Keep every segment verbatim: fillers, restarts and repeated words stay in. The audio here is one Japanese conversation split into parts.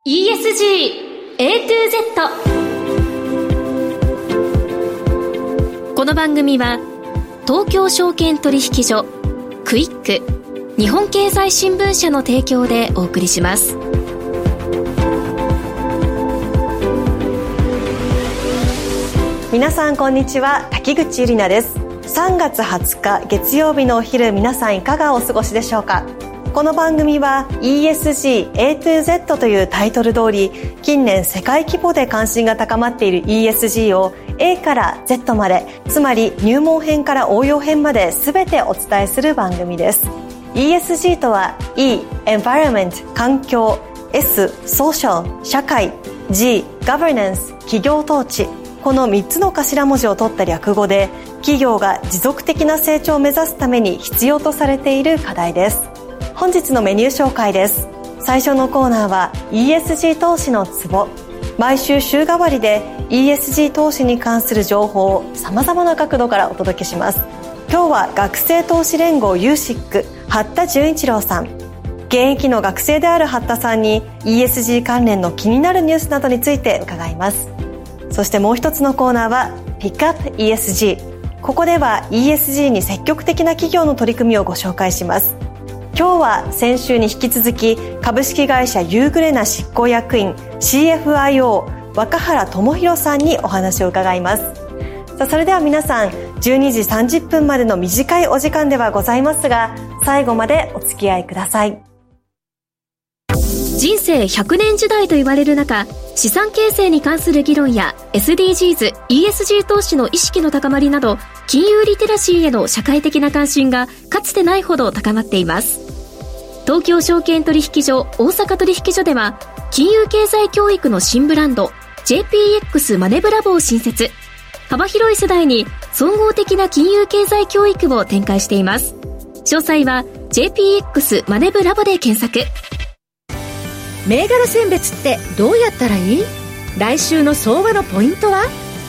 イーエスジー エートゥーゼット。 この番組は東京証券取引所、クイック、日本経済新聞社の提供でお送りします。 皆さんこんにちは、滝口ゆりなです。さんがつはつか月曜日のお昼、皆さんいかがお過ごしでしょうか。この番組は イーエスジー エートゥーゼット というタイトル通り、近年世界規模で関心が高まっている イーエスジー を エー から ゼット まで、つまり入門編から応用編まで全てお伝えする番組です。 イーエスジー とは E、Environment、環境、S、Social、社会、G、Governance、企業統治、このみっつの頭文字を取った略語で、企業が持続的な成長を目指すために必要とされている課題です。本日のメニュー紹介です。最初のコーナーは イーエスジー 投資のツボ。毎週週替わりで イーエスジー 投資に関する情報を様々な角度からお届けします。今日は学生投資連合 ユーシック 八田純一郎さん。現役の学生である八田さんに イーエスジー 関連の気になるニュースなどについて伺います。そしてもう一つのコーナーは Pick Up イーエスジー。ここでは イーエスジー に積極的な企業の取り組みをご紹介します。今日は先週に引き続き、株式会社ユーグレナ執行役員 シーエフアイオー 若原智弘さんにお話を伺います。さあ、それでは皆さん、じゅうにじさんじゅっぷんまでの短いお時間ではございますが、最後までお付き合いください。 人生ひゃくねん時代と言われる中、資産形成に関する議論や エスディージーズ、イーエスジー 投資の意識の高まりなど、金融リテラシーへの社会的な関心がかつてないほど高まっています。東京証券取引所、大阪取引所では、金融経済教育の新ブランド ジェーピーエックス マネブラボを新設。幅広い世代に総合的な金融経済教育を展開しています。詳細は ジェーピーエックス マネブラボで検索。 銘柄選別ってどうやったらいい？来週の相場のポイントは？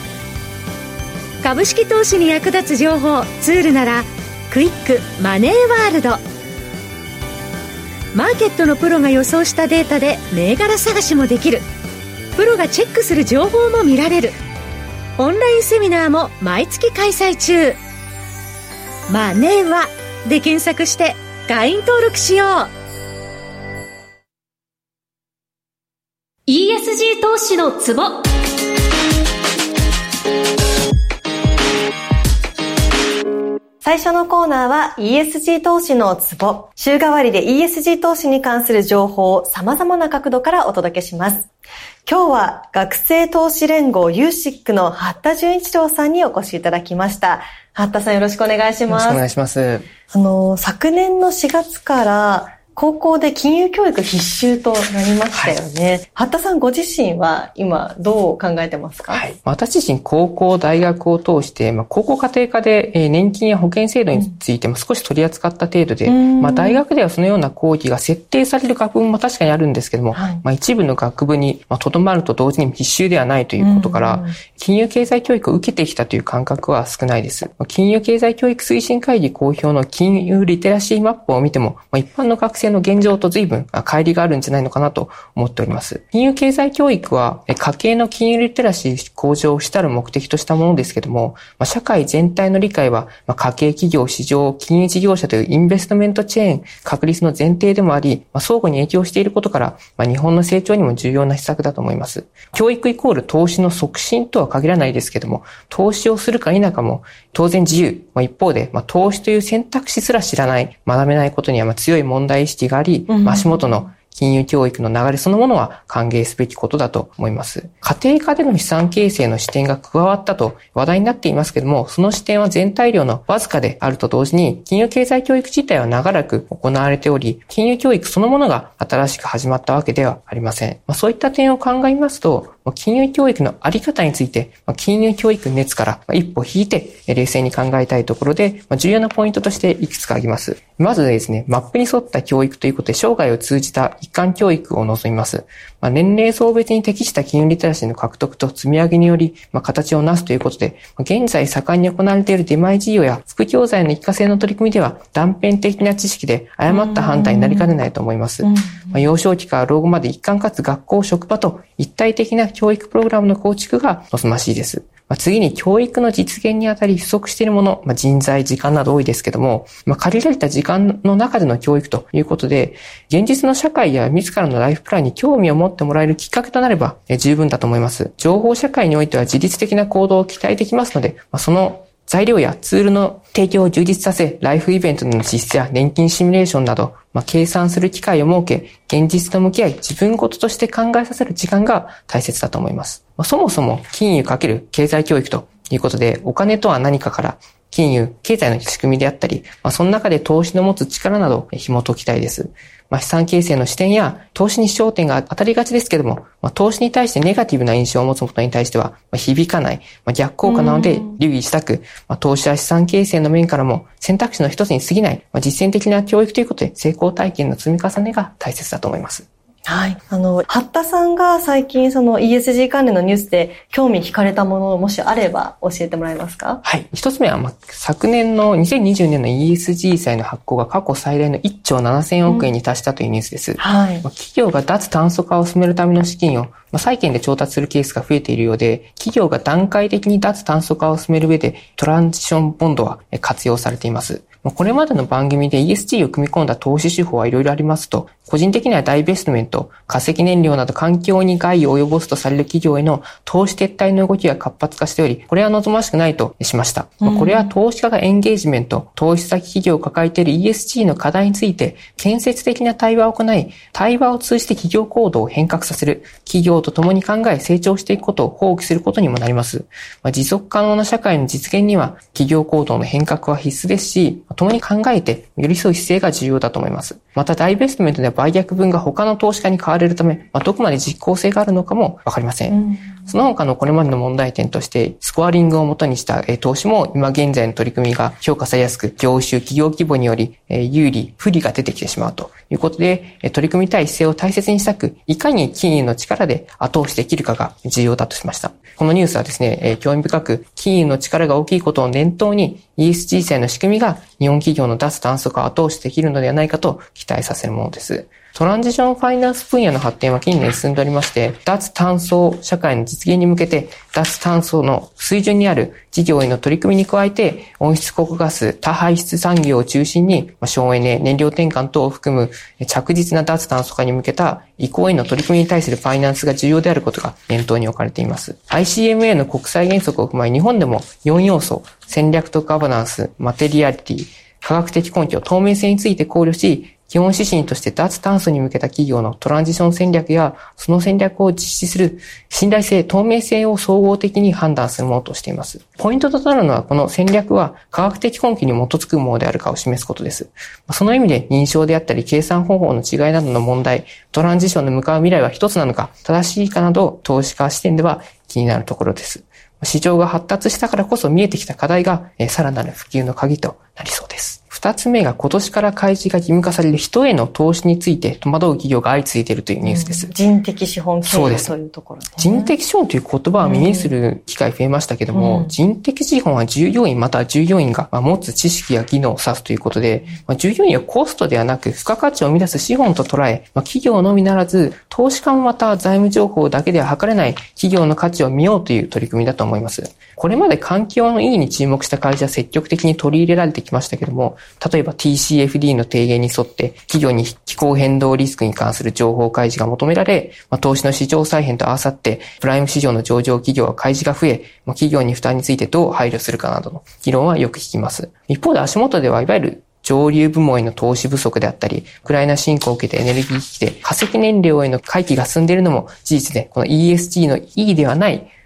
株式投資に役立つ情報ツールならクイックマネーワールド。マーケットのプロが予想したデータで銘柄探しもできる。プロがチェックする情報も見られる。オンラインセミナーも毎月開催中。マネーワで検索して会員登録しよう。 イーエスジー 投資のツボ。 最初のコーナーは イーエスジー 投資のツボ。週替わりで イーエスジー 投資に関する情報を様々な角度からお届けします。今日は学生投資連合 ユーシック の八田純一郎さんにお越しいただきました。八田さん、よろしくお願いします。 よろしくお願いします。 あの、昨年のしがつから高校で金融教育必修となりましたよね。はい、八田さんご自身は今どう考えてますか？ はい、私自身高校、大学を通して、まあ、高校家庭科で、えー、年金や保険制度についても少し取り扱った程度で、うん、まあ、大学ではそのような講義が設定される学部も確かにあるんですけども、はい、まあ、一部の学部にとどまると同時に必修ではないということから、うん、金融経済教育を受けてきたという感覚は少ないです。金融経済教育推進会議公表の金融リテラシーマップを見ても、まあ、一般の学生の現状と随分乖離があるんじゃないのかなと思っております。金融経済教育は家計の金融リテラシー向上を主たる目的としたものですけども、社会全体の理解は家計、企業、市場、金融事業者というインベストメントチェーン確立の前提でもあり、相互に影響していることから、日本の成長にも重要な施策だと思います。教育イコール投資の促進とは限らないですけども、投資をするか否かも当然自由。一方で、投資という選択肢すら知らない、学べないことには強い問題意識があり、うん、足元の金融教育の流れそのものは歓迎すべきことだと思います。家庭科での資産形成の視点が加わったと話題になっていますけども、その視点は全体量のわずかであると同時に、金融経済教育自体は長らく行われており、金融教育そのものが新しく始まったわけではありません。まあ、そういった点を鑑みますと、 金融教育のあり方について、金融教育熱から一歩引いて冷静に考えたいところで、重要なポイントとしていくつか挙げます。まずですね、マップに沿った教育ということで生涯を通じた一貫教育を望みます。年齢層別に適した金融リテラシーの獲得と積み上げにより、形をなすということで、現在盛んに行われている出前事業や副教材の一過性の取り組みでは断片的な知識で誤った判断になりかねないと思います。まあ、幼少期から老後まで一貫かつ学校、職場と一体的な教育プログラムの構築が望ましいです。まあ、次に教育の実現にあたり不足しているもの、まあ、人材、時間など多いですけども、まあ、限られた時間の中での教育ということで、現実の社会や自らのライフプランに興味を持ってもらえるきっかけとなれば十分だと思います。情報社会においては自律的な行動を期待できますので、まあ、その材料やツールの提供を充実させ、ライフイベントの実施や年金シミュレーションなど、まあ、計算する機会を設け、現実と向き合い、自分事として考えさせる時間が大切だと思います。まあ、そもそも金融×経済教育ということで、お金とは何かから金融、経済の仕組みであったり、まあ、その中で投資の持つ力などを紐解きたいです。まあ、資産形成の視点や投資に焦点が当たりがちですけども、まあ、投資に対してネガティブな印象を持つことに対しては、まあ、響かない、まあ、逆効果なので留意したく、まあ、投資や資産形成の面からも選択肢の一つに過ぎない、まあ、実践的な教育ということで成功体験の積み重ねが大切だと思います。 はい。あの、八田さんが最近その イーエスジー 関連のニュースで興味惹かれたものもしあれば教えてもらえますか？ はい。一つ目は、まあ、昨年のにせんにじゅうねんの イーエスジー 債の発行が過去最大のいっちょうななせんおくえんに達したというニュースです。うん、はい。まあ、企業が脱炭素化を進めるための資金を、まあ、債券で調達するケースが増えているようで、企業が段階的に脱炭素化を進める上でトランジションボンドは活用されています。これまでの番組で イーエスジー を組み込んだ投資手法はいろいろありますと、個人的にはダイベストメント、化石燃料など環境に害を及ぼすとされる企業への投資撤退の動きが活発化しており、これは望ましくないとしました。うん、これは投資家がエンゲージメント、投資先企業を抱えている イーエスジー の課題について建設的な対話を行い、対話を通じて企業行動を変革させる、企業と共に考え成長していくことを放棄することにもなります。まあ、持続可能な社会の実現には企業行動の変革は必須ですし、共に考えて寄り添う姿勢が重要だと思います。またダイベストメントでは売却分が他の投資家に買われるため、まあ、どこまで実効性があるのかもわかりません。うん、その他のこれまでの問題点として、スコアリングを元にした投資も今現在の取り組みが評価されやすく、業種、企業規模により有利、不利が出てきてしまうということで、取り組みたい姿勢を大切にしたく、いかに金融の力で後押しできるかが重要だとしました。このニュースはですね、興味深く、金融の力が大きいことを念頭に、イーエスジー 債の仕組みが日本企業の脱炭素化を後押しできるのではないかと期待させるものです。トランジションファイナンス分野の発展は近年進んでおりまして、脱炭素社会の実現に向けて、脱炭素の水準にある事業への取り組みに加えて、温室効果ガス、多排出産業を中心に、省エネ、燃料転換等を含む着実な脱炭素化に向けた移行への取り組みに対するファイナンスが重要であることが念頭に置かれています。アイシーエムエー の国際原則を踏まえ、日本でもよん要素、戦略とガバナンス、マテリアリティ、科学的根拠、透明性について考慮し、基本指針として脱炭素に向けた企業のトランジション戦略や、その戦略を実施する信頼性、透明性を総合的に判断するものとしています。ポイントとなるのは、この戦略は科学的根拠に基づくものであるかを示すことです。その意味で認証であったり、計算方法の違いなどの問題、トランジションの向かう未来は一つなのか、正しいかなど、投資家視点では気になるところです。市場が発達したからこそ見えてきた課題が、えー、さらなる普及の鍵となりそうです。二つ目が今年から開示が義務化される人への投資について戸惑う企業が相次いでいるというニュースです。 うん、人的資本経営というところ、ね、 人的資本という言葉を耳にする機会増えましたけども、うん、人的資本は従業員または従業員が持つ知識や技能を指すということで、まあ、従業員はコストではなく付加価値を生み出す資本と捉え、まあ、企業のみならず投資家もまた財務情報だけでは測れない企業の価値を見ようという取り組みだと思います。これまで環境の意義に注目した会社は積極的に取り入れられてきましたけども、例えば ティーシーエフディー の提言に沿って企業に気候変動リスクに関する情報開示が求められ、まあ、投資の市場再編と合わさってプライム市場の上場企業は開示が増え、まあ、企業に負担についてどう配慮するかなどの議論はよく聞きます。一方で足元ではいわゆる上流部門への投資不足であったり、ウクライナ侵攻を受けてエネルギー危機で化石燃料への回帰が進んでいるのも事実で、この イーエスジー の E ではない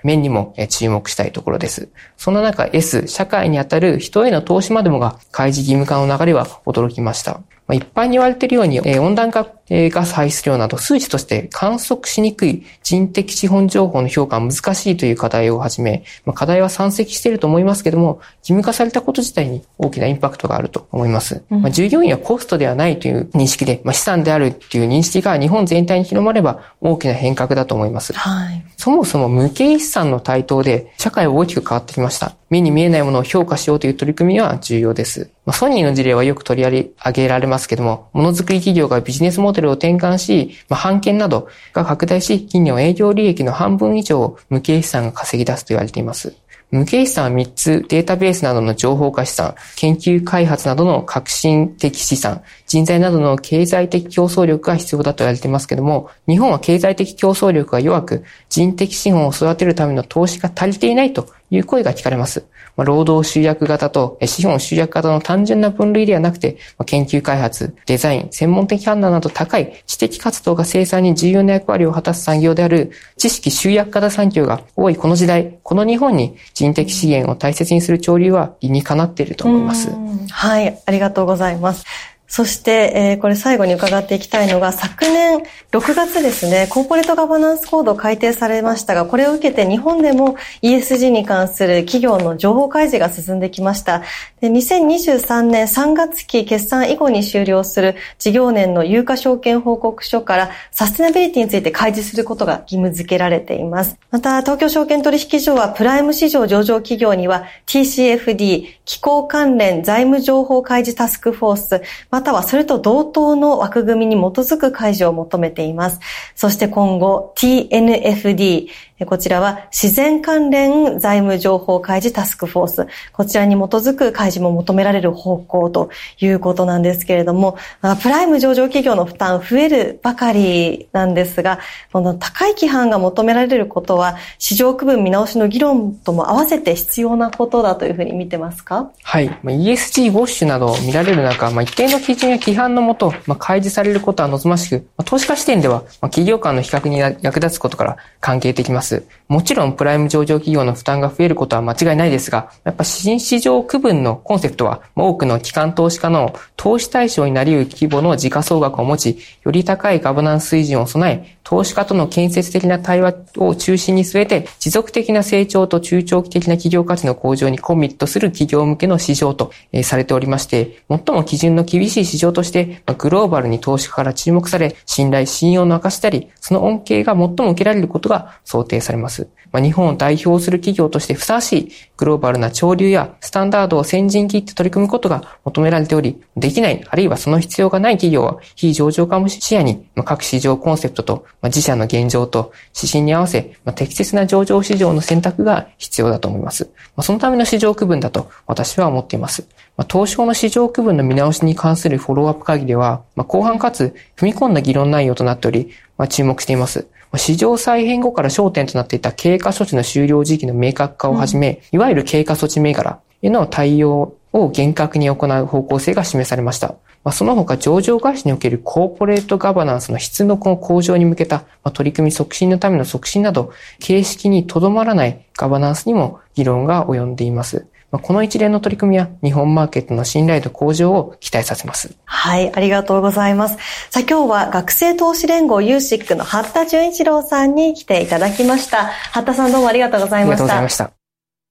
面にも注目したいところです。そんな中 S、社会にあたる人への投資までもが開示義務化の流れは驚きました。一般に言われているように、温暖化ガス排出量など数値として観測しにくい人的資本情報の評価は難しいという課題をはじめ、課題は山積していると思いますけれども、義務化されたこと自体に大きなインパクトがあると思います。うん、従業員はコストではないという認識で、資産であるという認識が日本全体に広まれば大きな変革だと思います。はい、そもそも無形資産の台頭で社会は大きく変わってきました。目に見えないものを評価しようという取り組みは重要です。ソニーの事例はよく取り上げられますけども、ものづくり企業がビジネスモデルを転換し、版権などが拡大し、近年は営業利益の半分以上を無形資産が稼ぎ出すと言われています。無形資産はみっつ、データベースなどの情報化資産、研究開発などの革新的資産、人材などの経済的競争力が必要だと言われていますけども、日本は経済的競争力が弱く、人的資本を育てるための投資が足りていないという声が聞かれます。労働集約型と資本集約型の単純な分類ではなくて、研究開発、デザイン、専門的判断など高い知的活動が生産に重要な役割を果たす産業である知識集約型産業が多いこの時代、この日本に人的資源を大切にする潮流は理にかなっていると思います。 はい、ありがとうございます。そして、えー、これ最後に伺っていきたいのが、昨年ろくがつですね、コーポレートガバナンスコード改定されましたが、これを受けて日本でも イーエスジー に関する企業の情報開示が進んできました。で、にせんにじゅうさんねんさんがつ期決算以後に終了する事業年の有価証券報告書からサステナビリティについて開示することが義務付けられています。また、東京証券取引所はプライム市場上場企業には ティーシーエフディー、機構関連財務情報開示タスクフォース、またはそれと同等の枠組みに基づく開示を求めています。そして今後 ティーエヌエフディー、こちらは自然関連財務情報開示タスクフォース、こちらに基づく開示も求められる方向ということなんですけれども、プライム上場企業の負担増えるばかりなんですが、この高い規範が求められることは市場区分見直しの議論とも合わせて必要なことだというふうに見てますか？ はい。イーエスジー ウォッシュなど見られる中、一定の基準や規範のもと、開示されることは望ましく、投資家視点では企業間の比較に役立つことから関係できます。もちろんプライム上場企業の負担が増えることは間違いないですが、やっぱ新市場区分のコンセプトは多くの機関投資家の投資対象になり得る規模の時価総額を持ち、より高いガバナンス水準を備え、投資家との建設的な対話を中心に据えて、持続的な成長と中長期的な企業価値の向上にコミットする企業向けの市場とされておりまして、最も基準の厳しい市場として、グローバルに投資家から注目され、信頼信用の証であり、その恩恵が最も受けられることが想定されます。日本を代表する企業としてふさわしいグローバルな潮流やスタンダードを先陣切って取り組むことが求められており、できない、あるいはその必要がない企業は非上場化も視野に各市場コンセプトと自社の現状と指針に合わせ適切な上場市場の選択が必要だと思います。そのための市場区分だと私は思っています。東証の市場区分の見直しに関するフォローアップ会議では、広範かつ踏み込んだ議論内容となっており、注目しています。市場再編後から焦点となっていた経過措置の終了時期の明確化をはじめ、うん、いわゆる経過措置銘柄への対応を厳格に行う方向性が示されました。その他、上場会社におけるコーポレートガバナンスの質の向上に向けた取り組み促進のための促進など、形式にとどまらないガバナンスにも議論が及んでいます。この一連の取り組みは日本マーケットの信頼度向上を期待させます。 はい、ありがとうございます。さあ、今日は学生投資連合 ユーシック の八田純一郎さんに来ていただきました。八田さん、どうもありがとうございました。 ありがとうございました。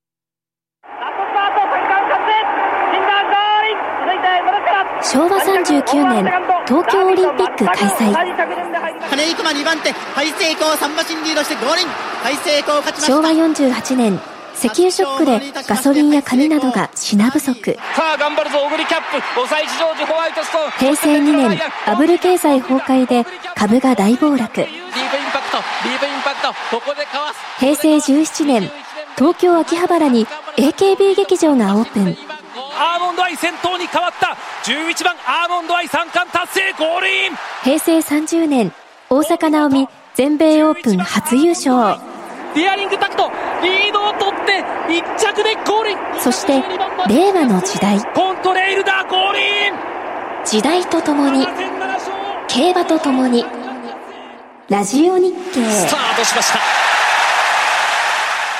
しょうわさんじゅうきゅうねん東京オリンピック開催。 金井熊にばん手、大成功さん馬身リードしてゴールイン。大成功勝ちました。 しょうわよんじゅうはちねん石油ショックでガソリンや紙などが品不足。 さあ頑張るぞ小栗キャップ、抑えジョージホワイトストーン。 へいせいにねんバブル経済崩壊で株が大暴落。 ディープインパクト、ディープインパクト、ここでかわす。 へいせいじゅうななねん東京秋葉原に エーケービー 劇場がオープン。 アーモンドアイ先頭に変わった。じゅういちばんアーモンドアイ三冠達成、ゴールイン。 へいせいさんじゅうねん大坂なおみ全米オープン初優勝。 ディアリングタクトリードを取っていっ着でゴールイン。 そして令和の時代、 コントレイルだ、ゴールイン。 時代とともに競馬とともにラジオ日経スタートしました。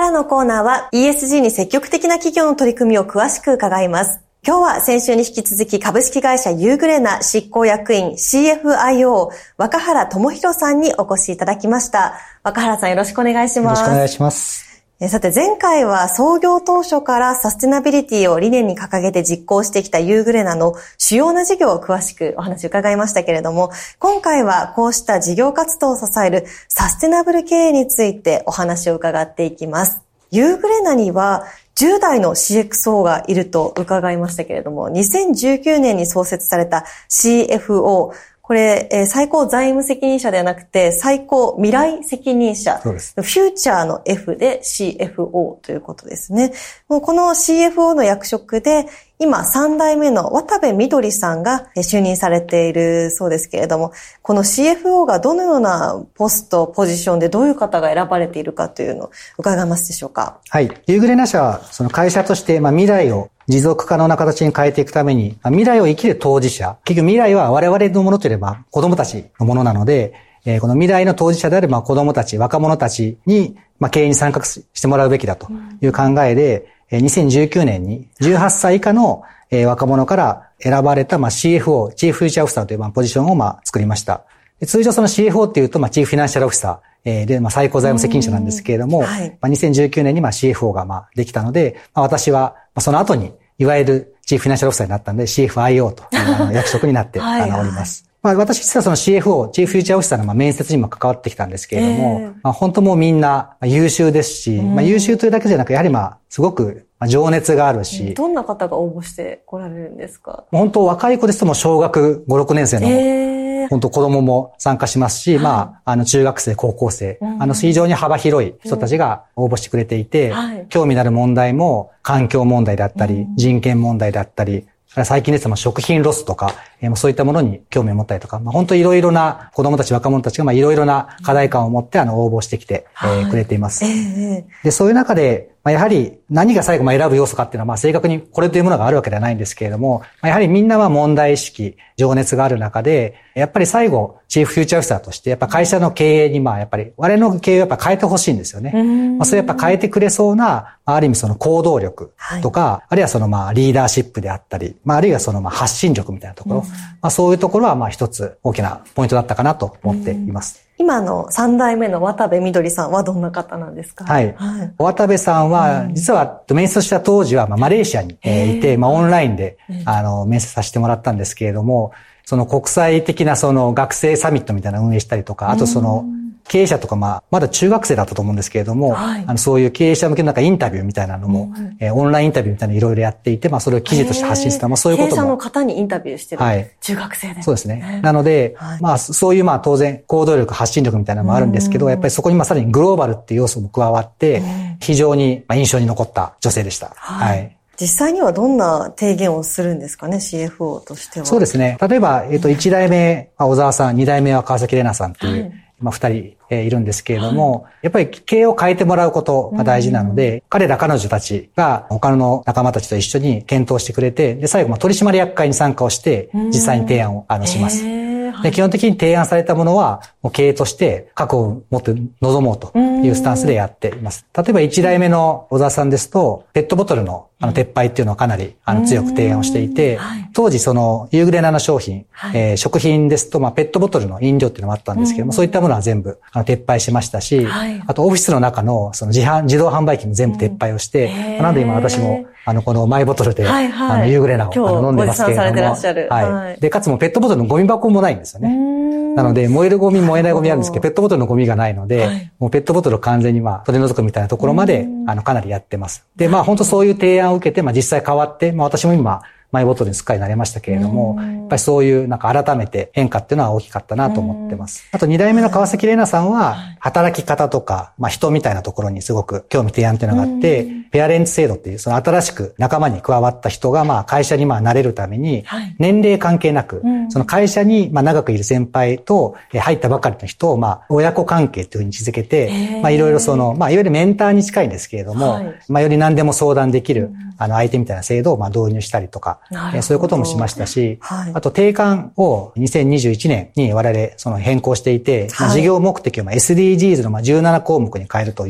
からのコーナーは イーエスジー に積極的な企業の取り組みを詳しく伺います。今日は先週に引き続き株式会社ユーグレナ執行役員 シーエフアイオー 若原智弘さんにお越しいただきました。若原さんよろしくお願いします。 よろしくお願いします。 さて前回は創業当初からサステナビリティを理念に掲げて実行してきたユーグレナの主要な事業を詳しくお話を伺いましたけれども、今回はこうした事業活動を支えるサステナブル経営についてお話を伺っていきます。ユーグレナにはじゅう代の シーエックスオー がいると伺いましたけれども、にせんじゅうきゅうねんに創設された シーエフオー、これ、えー、最高財務責任者ではなくて、最高未来責任者。 そうです。 フューチャーの F で シーエフオー ということですね。もうこの シーエフオー の役職で、今さん代目の渡部みどりさんが就任されているそうですけれども、この シーエフオー がどのようなポスト、ポジションでどういう方が選ばれているかというのを伺いますでしょうか。 はい。ユーグレナ社は、その会社として、まあ、未来を持続可能な形に変えていくために、まあ、未来を生きる当事者。結局未来は我々のものといえば子供たちのものなので、えー、この未来の当事者であるまあ子供たち、若者たちに、まあ、経営に参画してもらうべきだという考えで、うん、にせんじゅうきゅうねんにじゅうはっさい以下のえー、若者から選ばれた、まあ、シーエフオー、チーフフューチャーオフィサーという、まあ、ポジションを、まあ、作りました。通常その シーエフオー っていうと、まあ、チーフフィナンシャルオフィサー、えー、で、まあ、最高財務責任者なんですけれども、はい、まあ、にせんじゅうきゅうねんに、まあ、シーエフオー が、まあ、できたので、まあ、私は、まあ、その後に、いわゆるチーフフィナンシャルオフィサーになったので、シーエフアイオー というあの役職になって、はい、あの、おります。まあ、私実はその シーエフオー、チーフフューチャーオフィサーのまあ面接にも関わってきたんですけれども、えー、まあ、本当もうみんな優秀ですし、まあ、優秀というだけじゃなく、やはりまあ、すごく情熱があるし。 どんな方が応募して来られるんですか？ 本当若い子ですともう小学ご、ろくねん生の、えー、本当子供も参加しますし、はい、まあ、あの中学生、高校生、うん、あの非常に幅広い人たちが応募してくれていて、うんはい、興味のある問題も環境問題だったり、うん、人権問題だったり、最近ですと食品ロスとか、えー、そういったものに興味を持ったりとか、まあ、本当いろいろな子供たち、若者たちがまあいろいろな課題感を持ってあの応募してきて、えー、くれています。えー、で、そういう中で、まあ、やはり何が最後まあ選ぶ要素かっていうのはまあ正確にこれというものがあるわけではないんですけれども、まあ、やはりみんなは問題意識、情熱がある中で、やっぱり最後、チーフフューチャーオフィサーとして、やっぱ会社の経営にまあやっぱり、我々の経営をやっぱ変えてほしいんですよね。まあ、それやっぱ変えてくれそうな、ある意味その行動力とか、はい、あるいはそのまあリーダーシップであったり、まああるいはそのまあ発信力みたいなところ、まあそういうところはまあ一つ大きなポイントだったかなと思っています。 今のさん代目の渡部みどりさんはどんな方なんですか？ はい。はい、渡部さんは、実は面接した当時はまあマレーシアにいて、まあオンラインであの面接させてもらったんですけれども、その国際的なその学生サミットみたいな運営したりとか、あとその経営者とかまあ、まだ中学生だったと思うんですけれども、はい、あのそういう経営者向けのなんかインタビューみたいなのも、うんえー、オンラインインタビューみたいなのいろいろやっていて、まあそれを記事として発信した、まあそういうことも。 経営者の方にインタビューしてる。はい。中学生で。 そうですね。なので、はい、まあそういうまあ当然行動力、発信力みたいなのもあるんですけど、やっぱりそこにまあさらにグローバルっていう要素も加わって、非常に印象に残った女性でした。はい。はい実際にはどんな提言をするんですかね、シーエフオー としては。 そうですね。例えば、えっと、いち代目は小沢さん、に代目は川崎玲奈さんという、はい、まあ、二人、えー、いるんですけれども、はい、やっぱり経営を変えてもらうことが大事なので、彼ら彼女たちが他の仲間たちと一緒に検討してくれて、で、最後、まあ、取締役会に参加をして、実際に提案を、あの、します。で、基本的に提案されたものは、もう経営として覚悟を持って臨もうというスタンスでやっています。例えばいち代目の小沢さんですと、ペットボトルのあの撤廃っていうのをかなりあの強く提案をしていて、当時そのユーグレナの商品、えー、食品ですと、まあペットボトルの飲料っていうのもあったんですけども、そういったものは全部あの撤廃しましたし、あとオフィスの中のその自販、自動販売機も全部撤廃をして、なので今私もあのこのマイボトルで、はいはい、あのユーグレナをあの飲んでますけれども、はい。で、かつもペットボトルのゴミ箱もないんですよね。なので、燃えるゴミ、燃えないゴミあるんですけど、ペットボトルのゴミがないので、はい、もうペットボトルを完全にまあ取り除くみたいなところまで、あの、かなりやってます。で、まあ本当そういう提案を受けて、まあ実際変わって、まあ私も今、マイボトルにすっかりなれましたけれども、やっぱりそういうなんか改めて変化っていうのは大きかったなと思ってます。あとに代目の川崎玲奈さんは、働き方とか、まあ人みたいなところにすごく興味提案っていうのがあって、ペアレンツ制度っていう、その新しく仲間に加わった人が、まあ会社にまあ慣れるために、年齢関係なく、その会社にまあ長くいる先輩と入ったばかりの人を、まあ親子関係というふうに位置づけて、まあいろいろその、まあいわゆるメンターに近いんですけれども、まあより何でも相談できる、あの相手みたいな制度をまあ導入したりとか、そういうこともしましたし、はい、あと定款をにせんにじゅういちねんに我々その変更していて、はい、まあ、事業目的をまあ エスディージーズ のまあじゅうなな項目に変えるという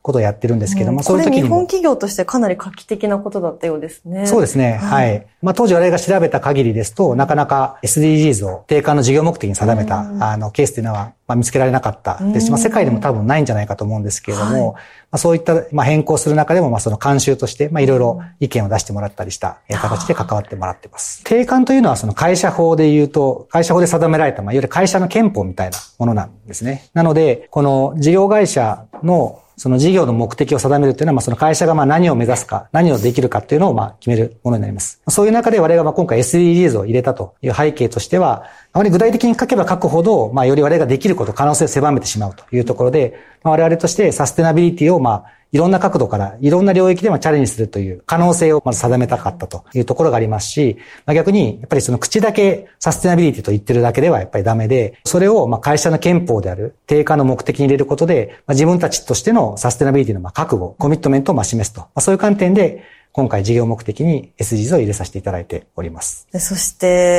ことをやってるんですけども、うん、 そういう時にも。これ日本企業としてかなり画期的なことだったようですね。 そうですね。はい。はい、まあ当時我々が調べた限りですと、なかなか エスディージーズ を定款の事業目的に定めた、うん、あのケースというのは、まあ、見つけられなかったですし、まあ世界でも多分ないんじゃないかと思うんですけれども、はい、まあ、そういった、まあ、変更する中でも、まあその監修として、まあいろいろ意見を出してもらったりした形で関わってもらっています。定款というのはその会社法で言うと、会社法で定められた、まあいわゆる会社の憲法みたいなものなんですね。なので、この事業会社のその事業の目的を定めるというのは、まあその会社がまあ何を目指すか、何をできるかっていうのをまあ決めるものになります。そういう中で我々がまあ今回 エスディージーズ を入れたという背景としては、あまり具体的に書けば書くほど、まあより我々ができること、可能性を狭めてしまうというところで、まあ、我々としてサステナビリティをまあいろんな角度から、いろんな領域でもチャレンジするという可能性をまず定めたかったというところがありますし、まあ、逆に、やっぱりその口だけサステナビリティと言ってるだけではやっぱりダメで、それをまあ会社の憲法である定価の目的に入れることで、まあ、自分たちとしてのサステナビリティのまあ覚悟、コミットメントをまあ示すと。まあ、そういう観点で、今回事業目的に エスディージーズ を入れさせていただいております。 そして、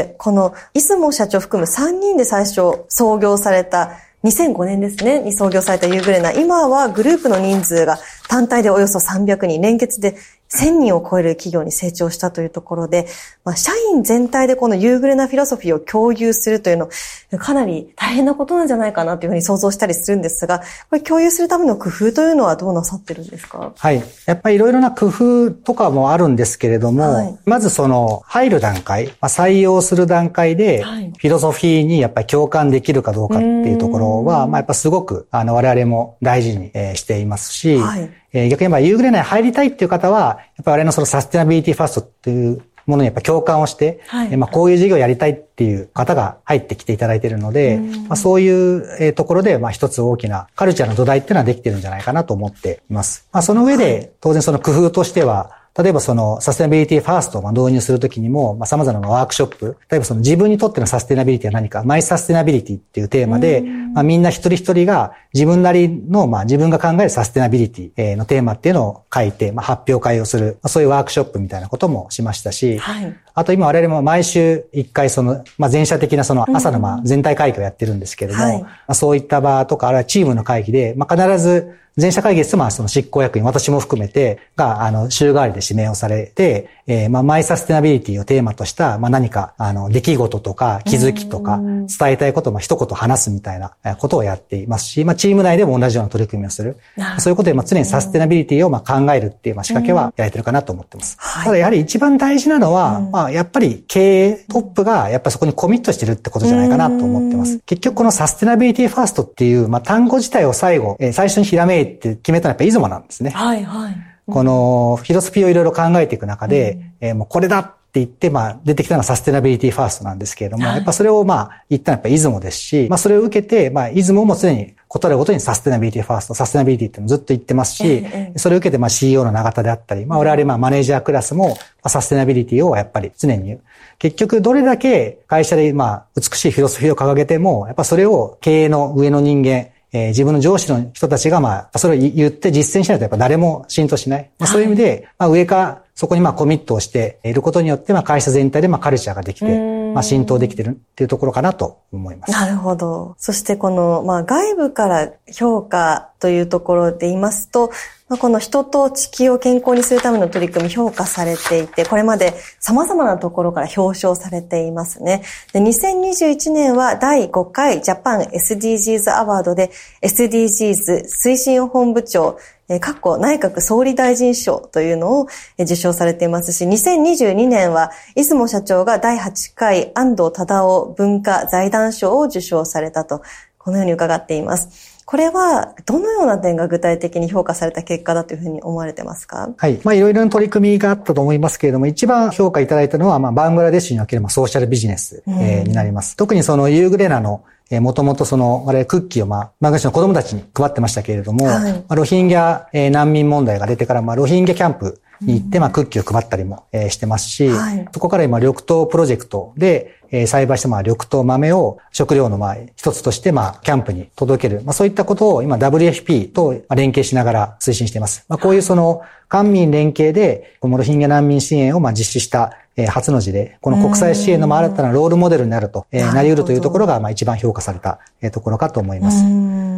この出雲社長含むさんにんで最初創業されたにせんごねんですね、に創業されたユーグレナ。今はグループの人数が単体でおよそさんびゃくにん、連結でせんにんを超える企業に成長したというところで、まあ、社員全体でこのユーグレナフィロソフィーを共有するというの、かなり大変なことなんじゃないかなというふうに想像したりするんですが、これ共有するための工夫というのはどうなさってるんですか？ はい。やっぱりいろいろな工夫とかもあるんですけれども、はい、まずその入る段階、まあ、採用する段階で、フィロソフィーにやっぱり共感できるかどうかっていうところは、まあやっぱすごくあの我々も大事にしていますし、はい、えー、逆に言えばユーグレナに入りたいっていう方は、やっぱり我々のそのサステナビリティファーストっていうものにやっぱ共感をして、はい、えー、まあこういう事業をやりたいっていう方が入ってきていただいているので、まあそういうところでまあ一つ大きなカルチャーの土台っていうのはできてるんじゃないかなと思っています。まあその上で当然その工夫としては、例えばそのサステナビリティファーストを導入するときにも、まあ様々なワークショップ、例えばその自分にとってのサステナビリティは何か、マイサステナビリティっていうテーマで、まあみんな一人一人が自分なりの、まあ自分が考えるサステナビリティのテーマっていうのを書いて、まあ発表会をする、まあそういうワークショップみたいなこともしましたし、はい、あと今我々も毎週一回その、まあ全社的なその朝のまあ全体会議をやってるんですけれども、はい、まあそういった場とか、あるいはチームの会議で、まあ必ず全社会議ですと、まあ、その執行役員、私も含めて、が、あの、週替わりで指名をされて、えー、まあ、マイサステナビリティをテーマとした、まあ、何か、あの、出来事とか、気づきとか、伝えたいことを、まあ、一言話すみたいなことをやっていますし、まあ、チーム内でも同じような取り組みをする。そういうことで、まあ、常にサステナビリティを、まあ、考えるっていう、まあ、仕掛けはやれてるかなと思ってます。ただ、やはり一番大事なのは、まあ、やっぱり経営トップが、やっぱりそこにコミットしてるってことじゃないかなと思ってます。結局、このサステナビリティファーストっていう、まあ、単語自体を最後、えー、最初にひらめいて決めたのはやっぱり出雲なんですね。はいはい。このフィロソフィーをいろいろ考えていく中で、うん、えー、もうこれだって言って、まあ出てきたのはサステナビリティファーストなんですけれども、はい、やっぱそれをまあ言ったのはやっぱ出雲ですし、まあそれを受けて、まあ出雲も常にことあるごとにサステナビリティファースト、サステナビリティっていうのをずっと言ってますし、ええ、それを受けてまあ シーイーオー の永田であったり、まあ我々まあマネージャークラスもサステナビリティをやっぱり常に言う。結局どれだけ会社でまあ美しいフィロソフィーを掲げても、やっぱそれを経営の上の人間、えー、自分の上司の人たちがまあ、それを言って実践しないとやっぱ誰も浸透しない。まあ、そういう意味で、まあ上からそこにまあコミットをしていることによって、まあ会社全体でまあカルチャーができて、まあ浸透できてるっていうところかなと思います。 なるほど。そしてこの、まあ外部から評価というところで言いますと、まあ、この人と地球を健康にするための取り組み評価されていて、これまで様々なところから表彰されていますね。で、にせんにじゅういちねんはだいごかいジャパン エスディージーズ アワードで エスディージーズ 推進本部長、え、かっこ内閣総理大臣賞というのを受賞されていますし、にせんにじゅうにねんは出雲社長がだいはちかい安藤忠雄文化財団賞を受賞されたと、このように伺っています。これはどのような点が具体的に評価された結果だというふうに思われてますか？ はい。まあいろいろな取り組みがあったと思いますけれども、一番評価いただいたのは、まあバングラデシュにおけるソーシャルビジネス、えー、になります。特にそのユーグレナのえー、もともとその、我々クッキーをまあ、バングラデシュの子供たちに配ってましたけれども、はい、まあ、ロヒンギャ、えー、難民問題が出てから、まあ、ロヒンギャキャンプに行って、まあ、クッキーを配ったりも、えー、してますし、はい、そこから今、緑豆プロジェクトで、えー、栽培したまあ、緑豆豆を食料のまあ、一つとしてまあ、キャンプに届ける。まあ、そういったことを今、ダブリューエフピー と連携しながら推進しています。まあ、こういうその、官民連携で、このロヒンギャ難民支援をまあ、実施した、えー、初の事例、この国際支援の新たなロールモデルになると、えー、なり得るというところが、まあ一番評価された、えー、ところかと思います。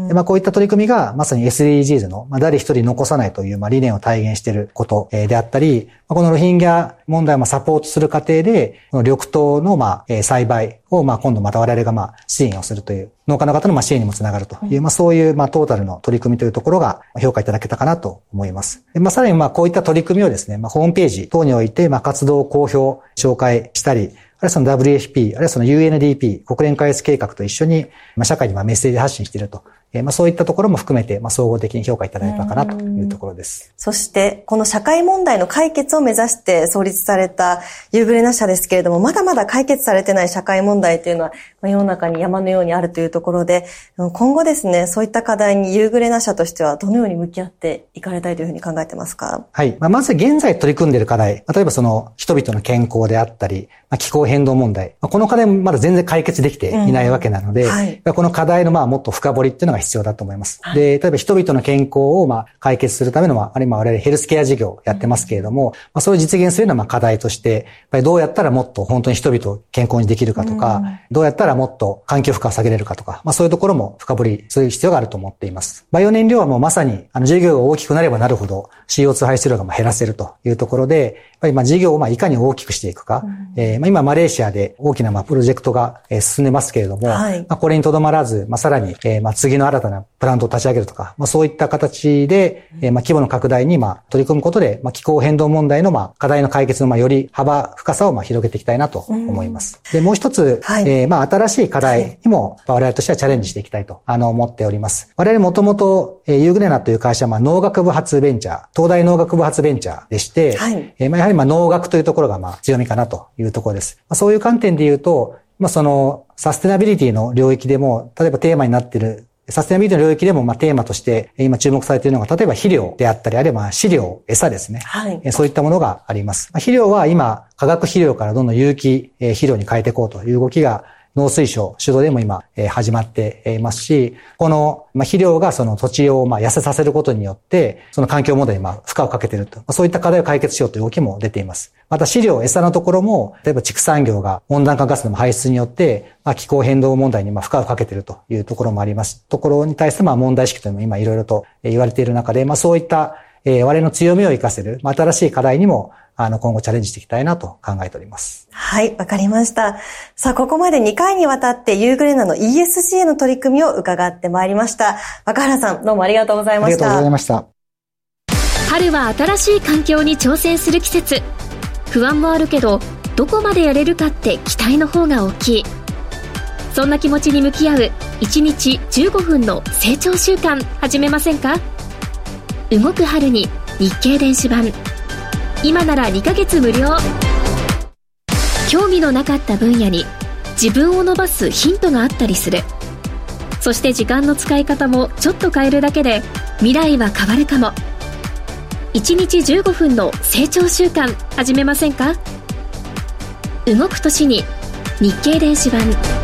でまあ、こういった取り組みがまさに エスディージーズ の、まあ、誰一人残さないというまあ理念を体現していることであったり、このロヒンギャ問題をサポートする過程で、この緑豆のまあ栽培をまあ今度また我々がまあ支援をするという、農家の方のまあ支援にもつながるという、まあそういうまあトータルの取り組みというところが評価いただけたかなと思います。でまあさらにまあこういった取り組みをですね、まあホームページ等においてまあ活動を公表、紹介したり、あるいはその ダブリューエフピー、あるいはその ユーエヌディーピー、国連開発計画と一緒に、まあ、社会にまあメッセージ発信していると。えー、まあそういったところも含めて、まあ総合的に評価いただいたかなというところです。 そして、この社会問題の解決を目指して創立されたユーグレナ社ですけれども、まだまだ解決されてない社会問題というのは、世の中に山のようにあるというところで、今後ですね、そういった課題にユーグレナ社としてはどのように向き合っていかれたいというふうに考えてますか？ はい。まあ、まず現在取り組んでいる課題、例えばその人々の健康であったり、まあ、気候変動問題、まあ、この課題もまだ全然解決できていないわけなので、うんはい、この課題のまあもっと深掘りっていうのが必要だと思います。はい、で、例えば人々の健康をまあ解決するための、まあ、あるいは我々ヘルスケア事業をやってますけれども、うんまあ、それを実現するのはまあ課題として、やっぱりどうやったらもっと本当に人々を健康にできるかとか、うん、どうやったらもっと環境負荷を下げれるかとか、まあそういうところも深掘りする必要があると思っています。バイオ燃料はもうまさに、あの事業が大きくなればなるほど シーオーツー 排出量がまあ減らせるというところで、やっぱりまあ事業をまあいかに大きくしていくか、うんえー、まあ今マレーシアで大きなまあプロジェクトが進んでますけれども、はい、まあこれにとどまらず、まあさらにえーまあ次の新たなプラントを立ち上げるとか、まあそういった形で、えー、まあ規模の拡大にまあ取り組むことで、まあ気候変動問題のまあ課題の解決のまあより幅、深さをまあ広げていきたいなと思います。うん、で、もう一つ、はい、えー、まあ新しい課題にも我々としてはチャレンジしていきたいとあの思っております。我々もともとユーグレナという会社はまあ農学部発ベンチャー、東大農学部発ベンチャーでして、はい、えー、まあやはりまあ農学というところがまあ強みかなというところです。まあ、そういう観点で言うと、まあそのサステナビリティの領域でも、例えばテーマになっているサステナビリティの領域でもまあテーマとして今注目されているのが、例えば肥料であったり、あるいはまあ飼料、餌ですね。はい。そういったものがあります。まあ、肥料は今、化学肥料からどんどん有機肥料に変えていこうという動きが、農水省主導でも今、えー、始まっていますし、この、まあ、肥料がその土地をまあ痩せさせることによって、その環境問題にまあ負荷をかけていると、まあ、そういった課題を解決しようという動きも出ています。また飼料、餌のところも、例えば畜産業が温暖化ガスの排出によって、まあ、気候変動問題にまあ負荷をかけているというところもあります。ところに対してまあ問題意識というのも今いろいろと言われている中で、まあそういった、えー、我々の強みを生かせる、まあ、新しい課題にもあの、今後チャレンジしていきたいなと考えております。 はい、わかりました。さあ、ここまでにかいにわたってユーグレナの イーエスジー への取り組みを伺ってまいりました。若原さん、どうもありがとうございました。 ありがとうございました。 春は新しい環境に挑戦する季節。不安もあるけど、どこまでやれるかって期待の方が大きい。そんな気持ちに向き合ういちにちじゅうごふんの成長習慣始めませんか？動く春に日経電子版。今ならにかげつ無料。興味のなかった分野に自分を伸ばすヒントがあったりする。そして時間の使い方もちょっと変えるだけで未来は変わるかも。いちにちじゅうごふんの成長習慣始めませんか？動く年に日経電子版。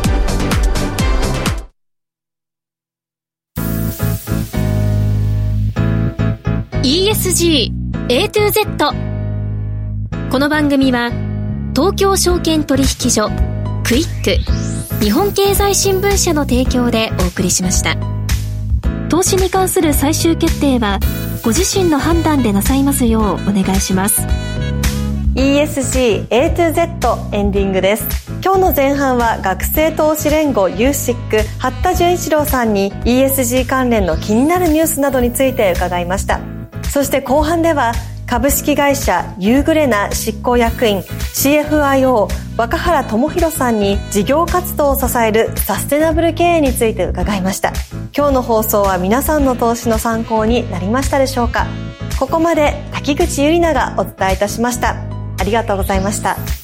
イーエスジー エートゥーゼット。この番組は東京証券取引所、クイック、日本経済新聞社の提供でお送りしました。投資に関する最終決定はご自身の判断でなさいますようお願いします。 イーエスジー エートゥーゼット エンディングです。今日の前半は学生投資連合 ユーシック 八田純一郎さんに イーエスジー 関連の気になるニュースなどについて伺いました。そして後半では株式会社ユーグレナ執行役員 シーエフアイオー 若原智弘さんに事業活動を支えるサステナブル経営について伺いました。今日の放送は皆さんの投資の参考になりましたでしょうか。ここまで滝口ゆりながお伝えいたしました。ありがとうございました。